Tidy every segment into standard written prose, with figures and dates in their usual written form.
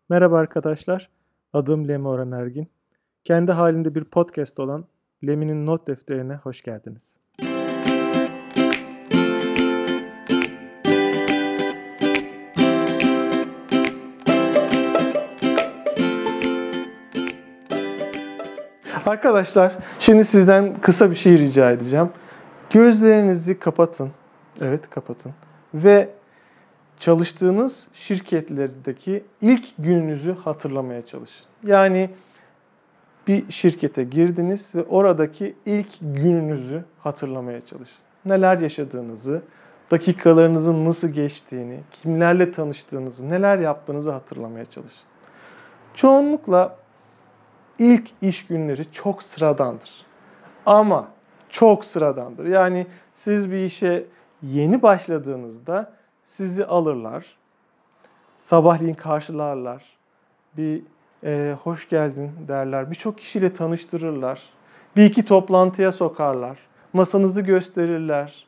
Merhaba arkadaşlar, adım Lemi Orhan Ergin. Kendi halinde bir podcast olan Lemi'nin not defterine hoş geldiniz. Arkadaşlar, şimdi sizden kısa bir şey rica edeceğim. Gözlerinizi kapatın. Evet, kapatın. Ve çalıştığınız şirketlerdeki ilk gününüzü hatırlamaya çalışın. Yani bir şirkete girdiniz ve oradaki ilk gününüzü hatırlamaya çalışın. Neler yaşadığınızı, dakikalarınızın nasıl geçtiğini, kimlerle tanıştığınızı, neler yaptığınızı hatırlamaya çalışın. Çoğunlukla ilk iş günleri çok sıradandır. Ama çok sıradandır. Yani siz bir işe yeni başladığınızda sizi alırlar, sabahleyin karşılarlar, bir hoş geldin derler, birçok kişiyle tanıştırırlar, bir iki toplantıya sokarlar, masanızı gösterirler,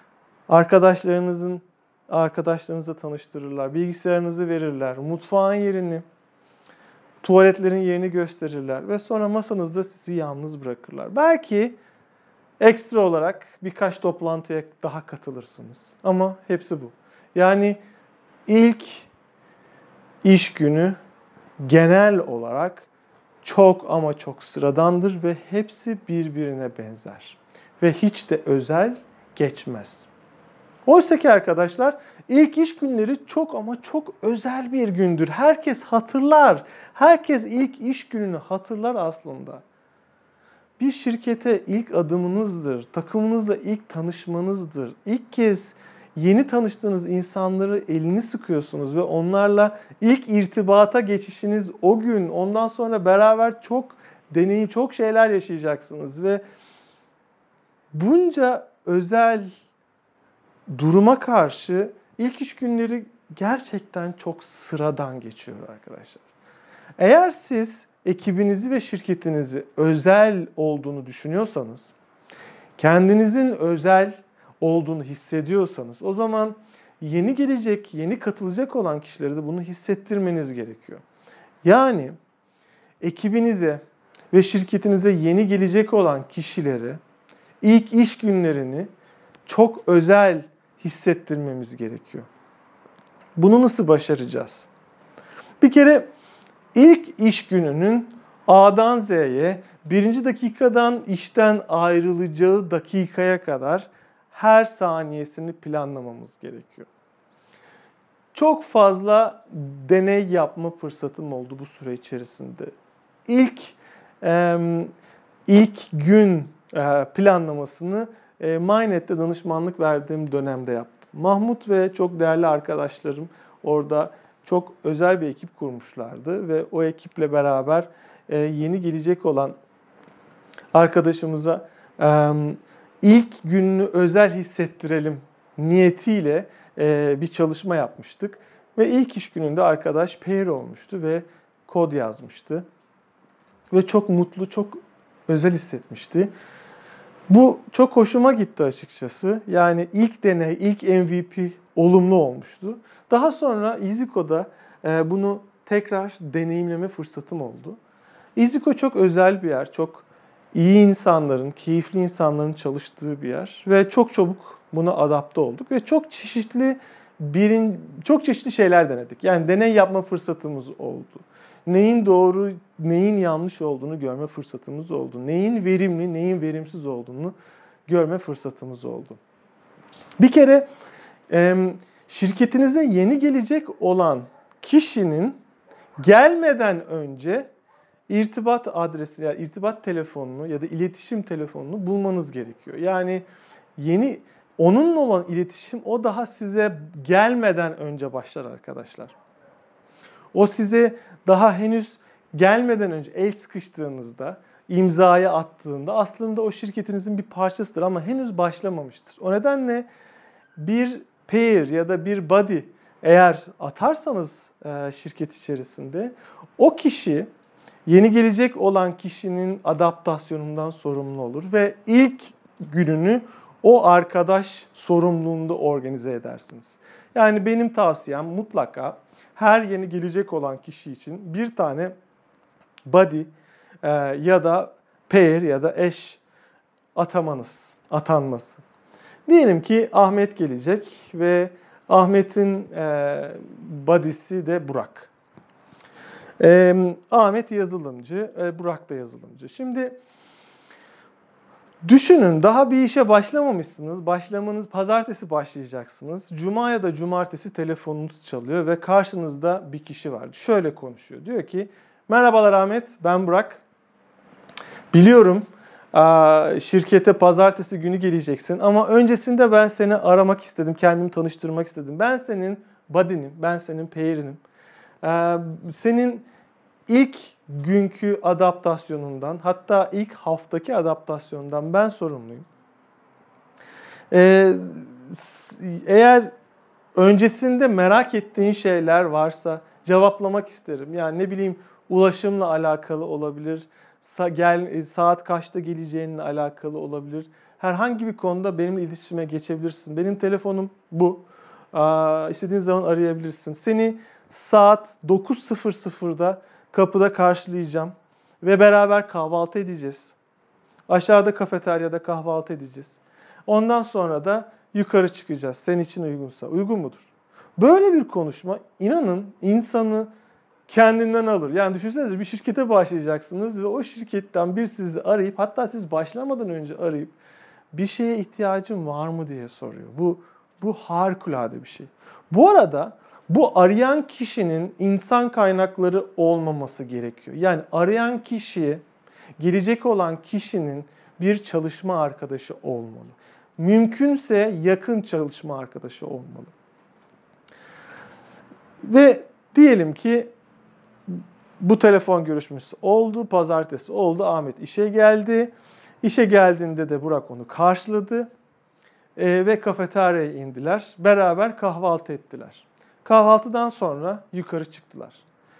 arkadaşlarınızla tanıştırırlar, bilgisayarınızı verirler, mutfağın yerini, tuvaletlerin yerini gösterirler ve sonra masanızda sizi yalnız bırakırlar. Belki ekstra olarak birkaç toplantıya daha katılırsınız ama hepsi bu. Yani ilk iş günü genel olarak çok ama çok sıradandır ve hepsi birbirine benzer. Ve hiç de özel geçmez. Oysa ki arkadaşlar ilk iş günleri çok ama çok özel bir gündür. Herkes hatırlar. Herkes ilk iş gününü hatırlar aslında. Bir şirkete ilk adımınızdır. Takımınızla ilk tanışmanızdır. İlk kez yeni tanıştığınız insanları elini sıkıyorsunuz ve onlarla ilk irtibata geçişiniz o gün. Ondan sonra beraber çok deneyim, çok şeyler yaşayacaksınız ve bunca özel duruma karşı ilk iş günleri gerçekten çok sıradan geçiyor arkadaşlar. Eğer siz ekibinizi ve şirketinizi özel olduğunu düşünüyorsanız, kendinizin özel olduğunu hissediyorsanız o zaman yeni gelecek, yeni katılacak olan kişilere de bunu hissettirmeniz gerekiyor. Yani ekibinize ve şirketinize yeni gelecek olan kişilere ilk iş günlerini çok özel hissettirmemiz gerekiyor. Bunu nasıl başaracağız? Bir kere ilk iş gününün A'dan Z'ye, birinci dakikadan işten ayrılacağı dakikaya kadar her saniyesini planlamamız gerekiyor. Çok fazla deney yapma fırsatım oldu bu süre içerisinde. İlk gün planlamasını MyNet'te danışmanlık verdiğim dönemde yaptım. Mahmut ve çok değerli arkadaşlarım orada çok özel bir ekip kurmuşlardı ve o ekiple beraber yeni gelecek olan arkadaşımıza ilk gününü özel hissettirelim niyetiyle bir çalışma yapmıştık. Ve ilk iş gününde arkadaş pair olmuştu ve kod yazmıştı. Ve çok mutlu, çok özel hissetmişti. Bu çok hoşuma gitti açıkçası. Yani ilk deney, ilk MVP olumlu olmuştu. Daha sonra EasyCode'da bunu tekrar deneyimleme fırsatım oldu. EasyCode çok özel bir yer, çok iyi insanların, keyifli insanların çalıştığı bir yer ve çok çabuk buna adapte olduk ve çok çeşitli şeyler denedik. Yani deney yapma fırsatımız oldu. Neyin doğru, neyin yanlış olduğunu görme fırsatımız oldu. Neyin verimli, neyin verimsiz olduğunu görme fırsatımız oldu. Bir kere şirketinize yeni gelecek olan kişinin gelmeden önce irtibat adresi, yani irtibat telefonunu ya da iletişim telefonunu bulmanız gerekiyor. Yani onunla olan iletişim o daha size gelmeden önce başlar arkadaşlar. O size daha henüz gelmeden önce el sıkıştığınızda, imzayı attığında aslında o şirketinizin bir parçasıdır ama henüz başlamamıştır. O nedenle bir pair ya da bir buddy eğer atarsanız şirket içerisinde o kişi yeni gelecek olan kişinin adaptasyonundan sorumlu olur ve ilk gününü o arkadaş sorumluluğunda organize edersiniz. Yani benim tavsiyem mutlaka her yeni gelecek olan kişi için bir tane buddy ya da pair ya da eş atanması. Diyelim ki Ahmet gelecek ve Ahmet'in buddy'si de Burak. Ahmet yazılımcı, Burak da yazılımcı. Şimdi düşünün, daha bir işe başlamamışsınız. Pazartesi başlayacaksınız. Cuma ya da cumartesi telefonunuz çalıyor ve karşınızda bir kişi var. Şöyle konuşuyor. Diyor ki, merhabalar Ahmet, ben Burak. Biliyorum şirkete pazartesi günü geleceksin ama öncesinde ben seni aramak istedim, kendimi tanıştırmak istedim. Ben senin buddy'nim, ben senin pair'inim. Senin ilk günkü adaptasyonundan, hatta ilk haftaki adaptasyondan ben sorumluyum. Eğer öncesinde merak ettiğin şeyler varsa cevaplamak isterim. Yani ne bileyim, ulaşımla alakalı olabilir, saat kaçta geleceğinle alakalı olabilir. Herhangi bir konuda benimle iletişime geçebilirsin. Benim telefonum bu. İstediğin zaman arayabilirsin. Seni saat 9.00'da kapıda karşılayacağım ve beraber kahvaltı edeceğiz. Aşağıda kafeteryada kahvaltı edeceğiz. Ondan sonra da yukarı çıkacağız. Senin için uygunsa. Uygun mudur? Böyle bir konuşma, inanın, insanı kendinden alır. Yani düşünsenize, bir şirkete başlayacaksınız ve o şirketten bir sizi arayıp, hatta siz başlamadan önce arayıp bir şeye ihtiyacın var mı diye soruyor. Bu harikulade bir şey. Bu arada bu arayan kişinin insan kaynakları olmaması gerekiyor. Yani arayan kişiye, gelecek olan kişinin bir çalışma arkadaşı olmalı. Mümkünse yakın çalışma arkadaşı olmalı. Ve diyelim ki bu telefon görüşmesi oldu, pazartesi oldu, Ahmet işe geldi. İşe geldiğinde de Burak onu karşıladı ve kafeteryaya indiler. Beraber kahvaltı ettiler. Kahvaltıdan sonra yukarı çıktılar.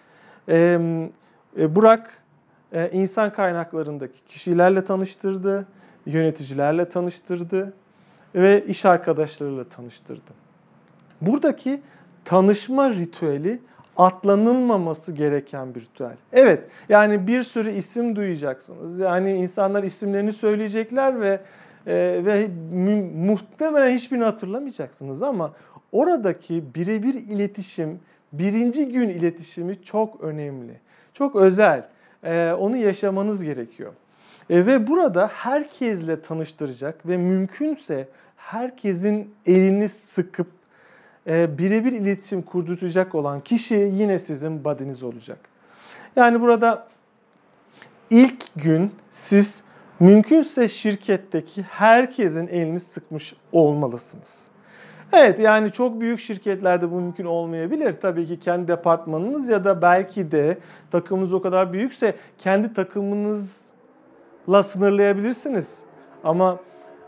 Burak insan kaynaklarındaki kişilerle tanıştırdı, yöneticilerle tanıştırdı ve iş arkadaşlarıyla tanıştırdı. Buradaki tanışma ritüeli atlanılmaması gereken bir ritüel. Evet, yani bir sürü isim duyacaksınız. Yani insanlar isimlerini söyleyecekler ve muhtemelen hiçbirini hatırlamayacaksınız ama oradaki birebir iletişim, birinci gün iletişimi çok önemli. Çok özel. Onu yaşamanız gerekiyor. Ve burada herkesle tanıştıracak ve mümkünse herkesin elini sıkıp birebir iletişim kurduracak olan kişi yine sizin buddy'niz olacak. Yani burada ilk gün siz mümkünse şirketteki herkesin elini sıkmış olmalısınız. Evet, yani çok büyük şirketlerde bu mümkün olmayabilir. Tabii ki kendi departmanınız ya da belki de takımınız o kadar büyükse kendi takımınızla sınırlayabilirsiniz. Ama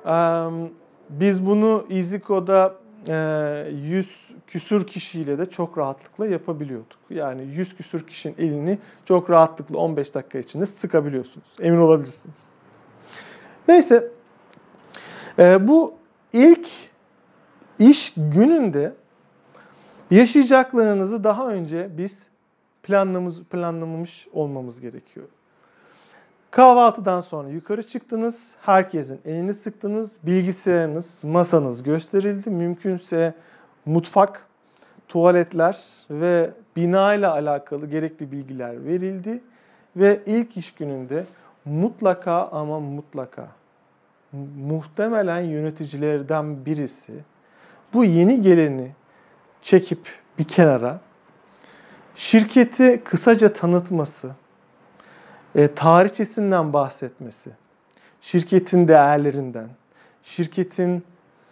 biz bunu EasyCode'da 100 küsür kişiyle de çok rahatlıkla yapabiliyorduk. Yani 100 küsür kişinin elini çok rahatlıkla 15 dakika içinde sıkabiliyorsunuz. Emin olabilirsiniz. Neyse, bu ilk iş gününde yaşayacaklarınızı daha önce biz planlamamış olmamız gerekiyor. Kahvaltıdan sonra yukarı çıktınız, herkesin elini sıktınız, bilgisayarınız, masanız gösterildi. Mümkünse mutfak, tuvaletler ve bina ile alakalı gerekli bilgiler verildi. Ve ilk iş gününde mutlaka ama mutlaka, muhtemelen yöneticilerden birisi bu yeni geleni çekip bir kenara şirketi kısaca tanıtması, tarihçesinden bahsetmesi, şirketin değerlerinden, şirketin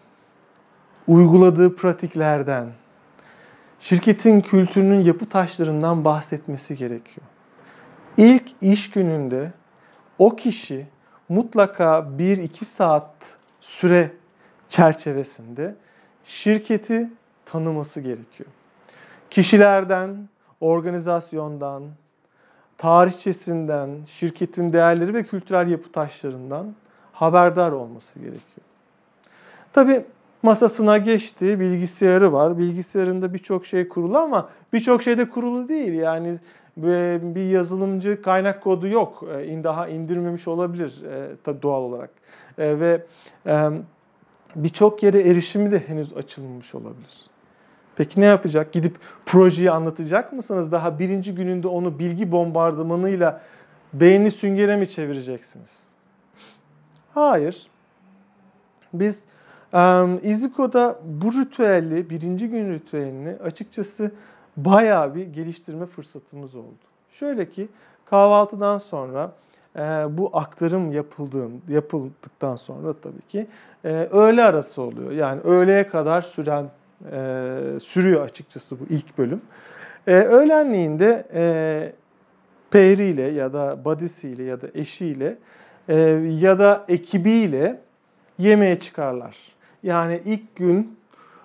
uyguladığı pratiklerden, şirketin kültürünün yapı taşlarından bahsetmesi gerekiyor. İlk iş gününde o kişi mutlaka 1-2 saat süre çerçevesinde şirketi tanıması gerekiyor. Kişilerden, organizasyondan, tarihçesinden, şirketin değerleri ve kültürel yapı taşlarından haberdar olması gerekiyor. Tabii Masasına geçti, bilgisayarı var. Bilgisayarında birçok şey kurulu ama birçok şey de kurulu değil. Yani bir yazılımcı kaynak kodu yok. Daha indirmemiş olabilir tabii doğal olarak. Ve birçok yere erişimi de henüz açılmamış olabilir. Peki ne yapacak? Gidip projeyi anlatacak mısınız? Daha birinci gününde onu bilgi bombardımanıyla beynini süngere mi çevireceksiniz? Hayır. Biz iziko'da bu ritüeli, birinci gün ritüelini açıkçası bayağı bir geliştirme fırsatımız oldu. Şöyle ki kahvaltıdan sonra bu aktarım yapıldıktan sonra tabii ki öğle arası oluyor. Yani öğleye kadar sürüyor açıkçası bu ilk bölüm. Öğlenliğinde peğriyle ya da buddy'siyle ya da eşiyle ya da ekibiyle yemeğe çıkarlar. Yani ilk gün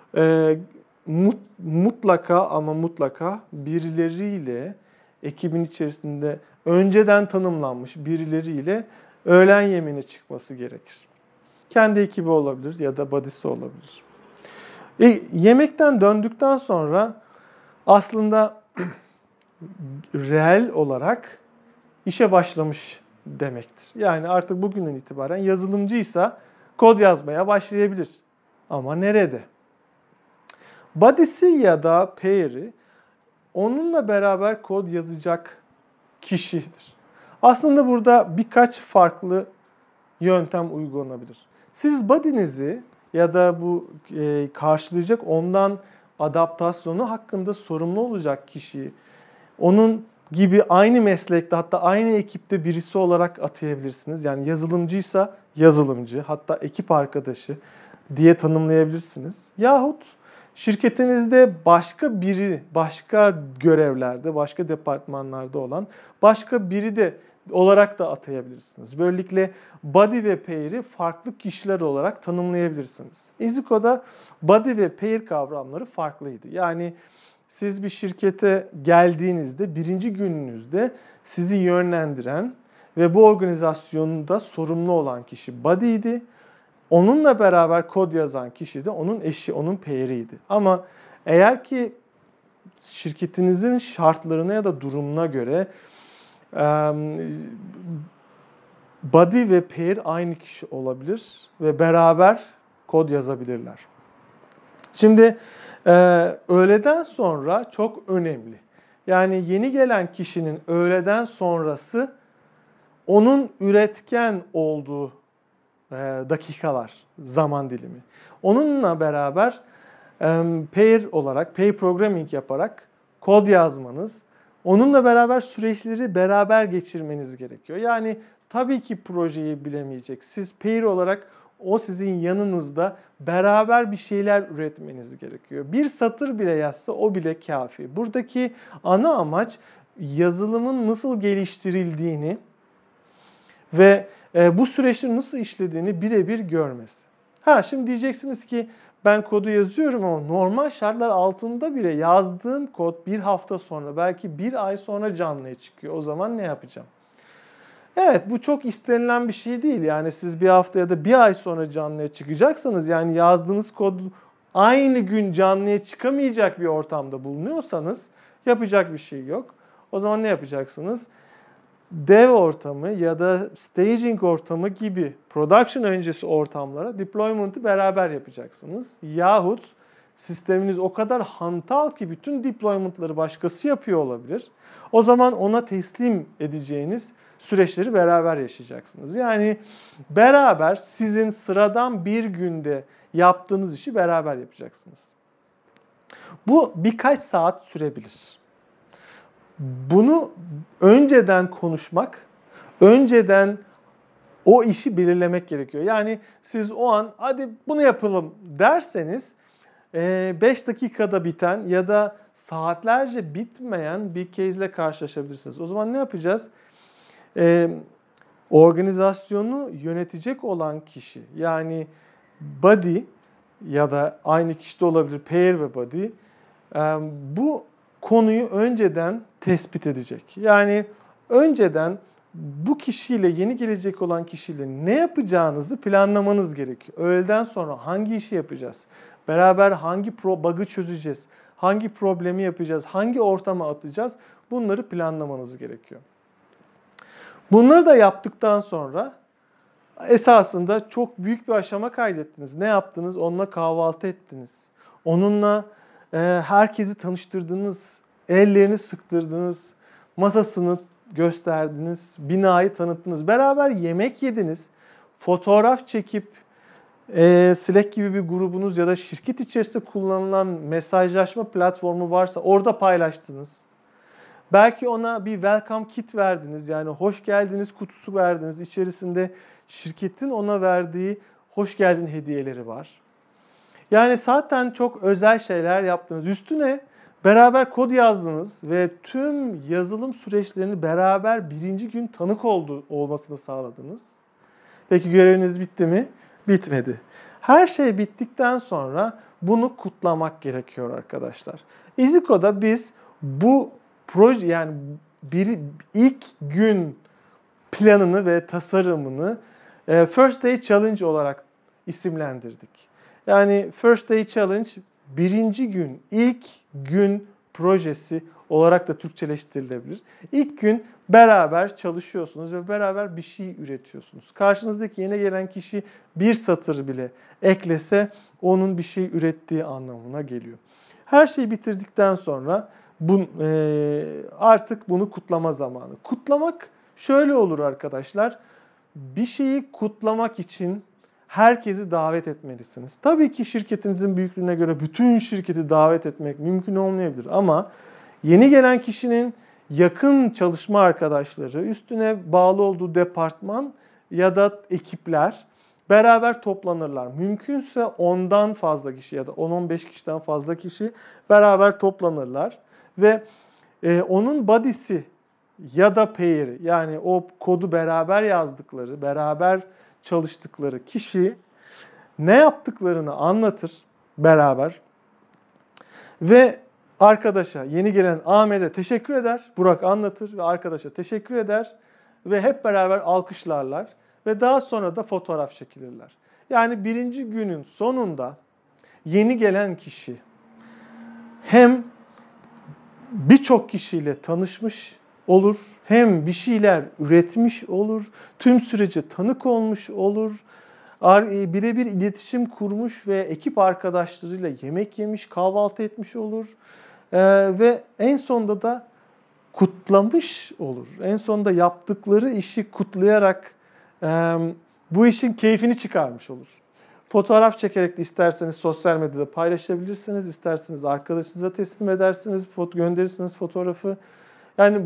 mutlaka ama mutlaka birileriyle ekibin içerisinde önceden tanımlanmış birileriyle öğlen yemeğine çıkması gerekir. Kendi ekibi olabilir ya da buddy'si olabilir. Yemekten döndükten sonra aslında reel olarak işe başlamış demektir. Yani artık bugünden itibaren yazılımcıysa kod yazmaya başlayabilir. Ama nerede? Buddy'si ya da pair'i onunla beraber kod yazacak kişidir. Aslında burada birkaç farklı yöntem uygulanabilir. Siz buddy'nizi ya da bu karşılayacak ondan adaptasyonu hakkında sorumlu olacak kişiyi onun gibi aynı meslekte hatta aynı ekipte birisi olarak atayabilirsiniz. Yani yazılımcıysa yazılımcı hatta ekip arkadaşı diye tanımlayabilirsiniz. Yahut şirketinizde başka biri, başka görevlerde, başka departmanlarda olan başka biri de olarak da atayabilirsiniz. Böylelikle buddy ve pair'i farklı kişiler olarak tanımlayabilirsiniz. iziko'da buddy ve pair kavramları farklıydı. Yani siz bir şirkete geldiğinizde birinci gününüzde sizi yönlendiren ve bu organizasyonda sorumlu olan kişi buddy'ydi. Onunla beraber kod yazan kişi de onun eşi, onun pair'iydi. Ama eğer ki şirketinizin şartlarına ya da durumuna göre buddy ve pair aynı kişi olabilir ve beraber kod yazabilirler. Şimdi öğleden sonra çok önemli. Yani yeni gelen kişinin öğleden sonrası onun üretken olduğu dakikalar, zaman dilimi. Onunla beraber pair programming yaparak kod yazmanız, onunla beraber süreçleri beraber geçirmeniz gerekiyor. Yani tabii ki projeyi bilemeyecek. Siz pair olarak o sizin yanınızda beraber bir şeyler üretmeniz gerekiyor. Bir satır bile yazsa o bile kafi. Buradaki ana amaç yazılımın nasıl geliştirildiğini ve bu süreçlerin nasıl işlediğini birebir görmesi. Şimdi diyeceksiniz ki ben kodu yazıyorum ama normal şartlar altında bile yazdığım kod bir hafta sonra belki bir ay sonra canlıya çıkıyor. O zaman ne yapacağım? Evet, bu çok istenilen bir şey değil. Yani siz bir hafta ya da bir ay sonra canlıya çıkacaksanız yani yazdığınız kod aynı gün canlıya çıkamayacak bir ortamda bulunuyorsanız yapacak bir şey yok. O zaman ne yapacaksınız? Dev ortamı ya da staging ortamı gibi production öncesi ortamlara deployment'ı beraber yapacaksınız. Yahut sisteminiz o kadar hantal ki bütün deployment'ları başkası yapıyor olabilir. O zaman ona teslim edeceğiniz süreçleri beraber yaşayacaksınız. Yani beraber sizin sıradan bir günde yaptığınız işi beraber yapacaksınız. Bu birkaç saat sürebilir. Bunu önceden konuşmak, önceden o işi belirlemek gerekiyor. Yani siz o an hadi bunu yapalım derseniz 5 dakikada biten ya da saatlerce bitmeyen bir case'le karşılaşabilirsiniz. O zaman ne yapacağız? Organizasyonu yönetecek olan kişi yani buddy ya da aynı kişi de olabilir pair ve buddy bu konuyu önceden tespit edecek. Yani önceden bu kişiyle, yeni gelecek olan kişiyle ne yapacağınızı planlamanız gerekiyor. Öğleden sonra hangi işi yapacağız? Beraber hangi bug'ı çözeceğiz? Hangi problemi yapacağız? Hangi ortama atacağız? Bunları planlamanız gerekiyor. Bunları da yaptıktan sonra esasında çok büyük bir aşama kaydettiniz. Ne yaptınız? Onunla kahvaltı ettiniz. Onunla herkesi tanıştırdınız. Ellerini sıktırdınız. Masasını gösterdiniz. Binayı tanıttınız. Beraber yemek yediniz. Fotoğraf çekip Slack gibi bir grubunuz ya da şirket içerisinde kullanılan mesajlaşma platformu varsa orada paylaştınız. Belki ona bir welcome kit verdiniz. Yani hoş geldiniz kutusu verdiniz. İçerisinde şirketin ona verdiği hoş geldin hediyeleri var. Yani zaten çok özel şeyler yaptınız. Üstüne beraber kod yazdınız ve tüm yazılım süreçlerini beraber birinci gün tanık olmasını sağladınız. Peki göreviniz bitti mi? Bitmedi. Her şey bittikten sonra bunu kutlamak gerekiyor arkadaşlar. iziko'da biz bu proje yani ilk gün planını ve tasarımını First Day Challenge olarak isimlendirdik. Yani First Day Challenge birinci gün, ilk gün projesi olarak da Türkçeleştirilebilir. İlk gün beraber çalışıyorsunuz ve beraber bir şey üretiyorsunuz. Karşınızdaki yeni gelen kişi bir satır bile eklese onun bir şey ürettiği anlamına geliyor. Her şeyi bitirdikten sonra artık bunu kutlama zamanı. Kutlamak şöyle olur arkadaşlar. Bir şeyi kutlamak için herkesi davet etmelisiniz. Tabii ki şirketinizin büyüklüğüne göre bütün şirketi davet etmek mümkün olmayabilir ama yeni gelen kişinin yakın çalışma arkadaşları, üstüne bağlı olduğu departman ya da ekipler beraber toplanırlar. Mümkünse 10'dan fazla kişi ya da 10-15 kişiden fazla kişi beraber toplanırlar ve onun body'si ya da pair'i yani o kodu beraber yazdıkları, beraber çalıştıkları kişi ne yaptıklarını anlatır beraber ve arkadaşa, yeni gelen Ahmet'e teşekkür eder. Burak anlatır ve arkadaşa teşekkür eder ve hep beraber alkışlarlar ve daha sonra da fotoğraf çekilirler. Yani birinci günün sonunda yeni gelen kişi hem birçok kişiyle tanışmış olur, hem bir şeyler üretmiş olur, tüm sürece tanık olmuş olur, birebir iletişim kurmuş ve ekip arkadaşlarıyla yemek yemiş, kahvaltı etmiş olur ve en sonunda da kutlamış olur. En sonunda yaptıkları işi kutlayarak bu işin keyfini çıkarmış olur. Fotoğraf çekerek de isterseniz sosyal medyada paylaşabilirsiniz, isterseniz arkadaşınıza teslim edersiniz, gönderirsiniz fotoğrafı. Yani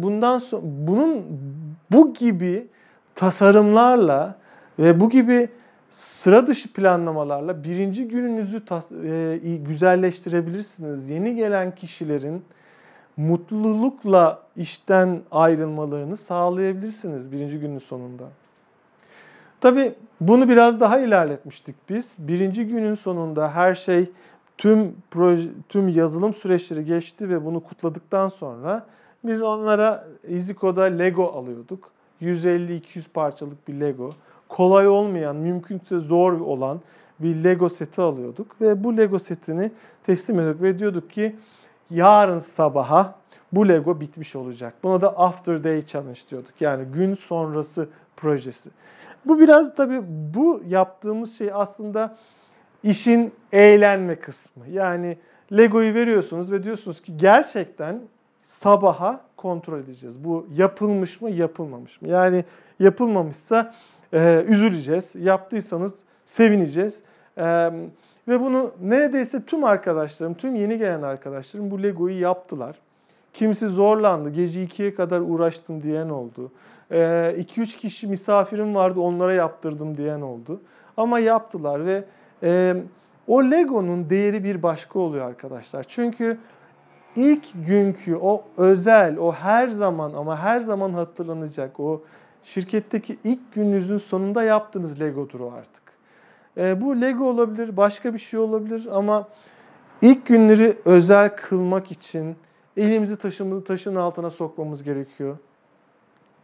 bu gibi tasarımlarla ve bu gibi sıra dışı planlamalarla birinci gününüzü güzelleştirebilirsiniz. Yeni gelen kişilerin mutlulukla işten ayrılmalarını sağlayabilirsiniz birinci günün sonunda. Tabii bunu biraz daha ilerletmiştik biz. Birinci günün sonunda her şey, tüm yazılım süreçleri geçti ve bunu kutladıktan sonra biz onlara iziko'da Lego alıyorduk. 150-200 parçalık bir Lego. Kolay olmayan, mümkünse zor olan bir Lego seti alıyorduk. Ve bu Lego setini teslim ediyorduk ve diyorduk ki yarın sabaha bu Lego bitmiş olacak. Buna da After Day Challenge diyorduk. Yani gün sonrası projesi. Bu biraz tabii bu yaptığımız şey aslında işin eğlenme kısmı. Yani Lego'yu veriyorsunuz ve diyorsunuz ki gerçekten sabaha kontrol edeceğiz. Bu yapılmış mı, yapılmamış mı? Yani yapılmamışsa üzüleceğiz. Yaptıysanız sevineceğiz. Ve bunu neredeyse tüm arkadaşlarım, tüm yeni gelen arkadaşlarım bu Lego'yu yaptılar. Kimisi zorlandı. Gece 2'ye kadar uğraştım diyen oldu. 2-3 kişi misafirim vardı onlara yaptırdım diyen oldu. Ama yaptılar ve o Lego'nun değeri bir başka oluyor arkadaşlar. Çünkü ilk günkü o özel, o her zaman ama her zaman hatırlanacak o şirketteki ilk gününüzün sonunda yaptığınız Lego'dur o artık. Bu Lego olabilir, başka bir şey olabilir ama ilk günleri özel kılmak için elimizi taşın altına sokmamız gerekiyor.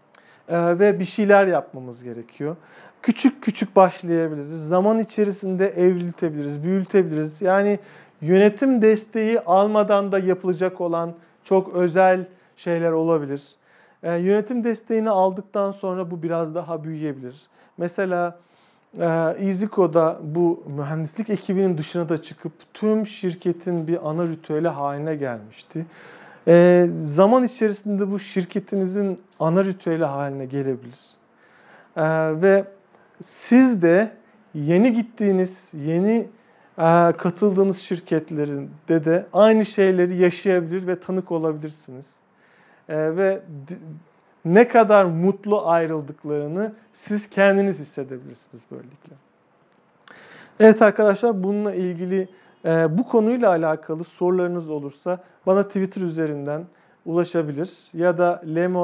ve bir şeyler yapmamız gerekiyor. Küçük küçük başlayabiliriz. Zaman içerisinde evriltebiliriz, büyütebiliriz. Yani yönetim desteği almadan da yapılacak olan çok özel şeyler olabilir. Yönetim desteğini aldıktan sonra bu biraz daha büyüyebilir. Mesela EasyCode'a bu mühendislik ekibinin dışına da çıkıp tüm şirketin bir ana ritüeli haline gelmişti. Zaman içerisinde bu şirketinizin ana ritüeli haline gelebilir. Ve siz de yeni gittiğiniz, yeni katıldığınız şirketlerinde de aynı şeyleri yaşayabilir ve tanık olabilirsiniz. Ve ne kadar mutlu ayrıldıklarını siz kendiniz hissedebilirsiniz böylelikle. Evet arkadaşlar, bununla ilgili bu konuyla alakalı sorularınız olursa bana Twitter üzerinden ulaşabilir ya da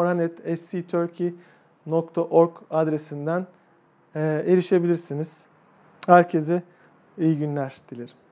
lemorhan@scturkey.org adresinden erişebilirsiniz. Herkese iyi günler dilerim.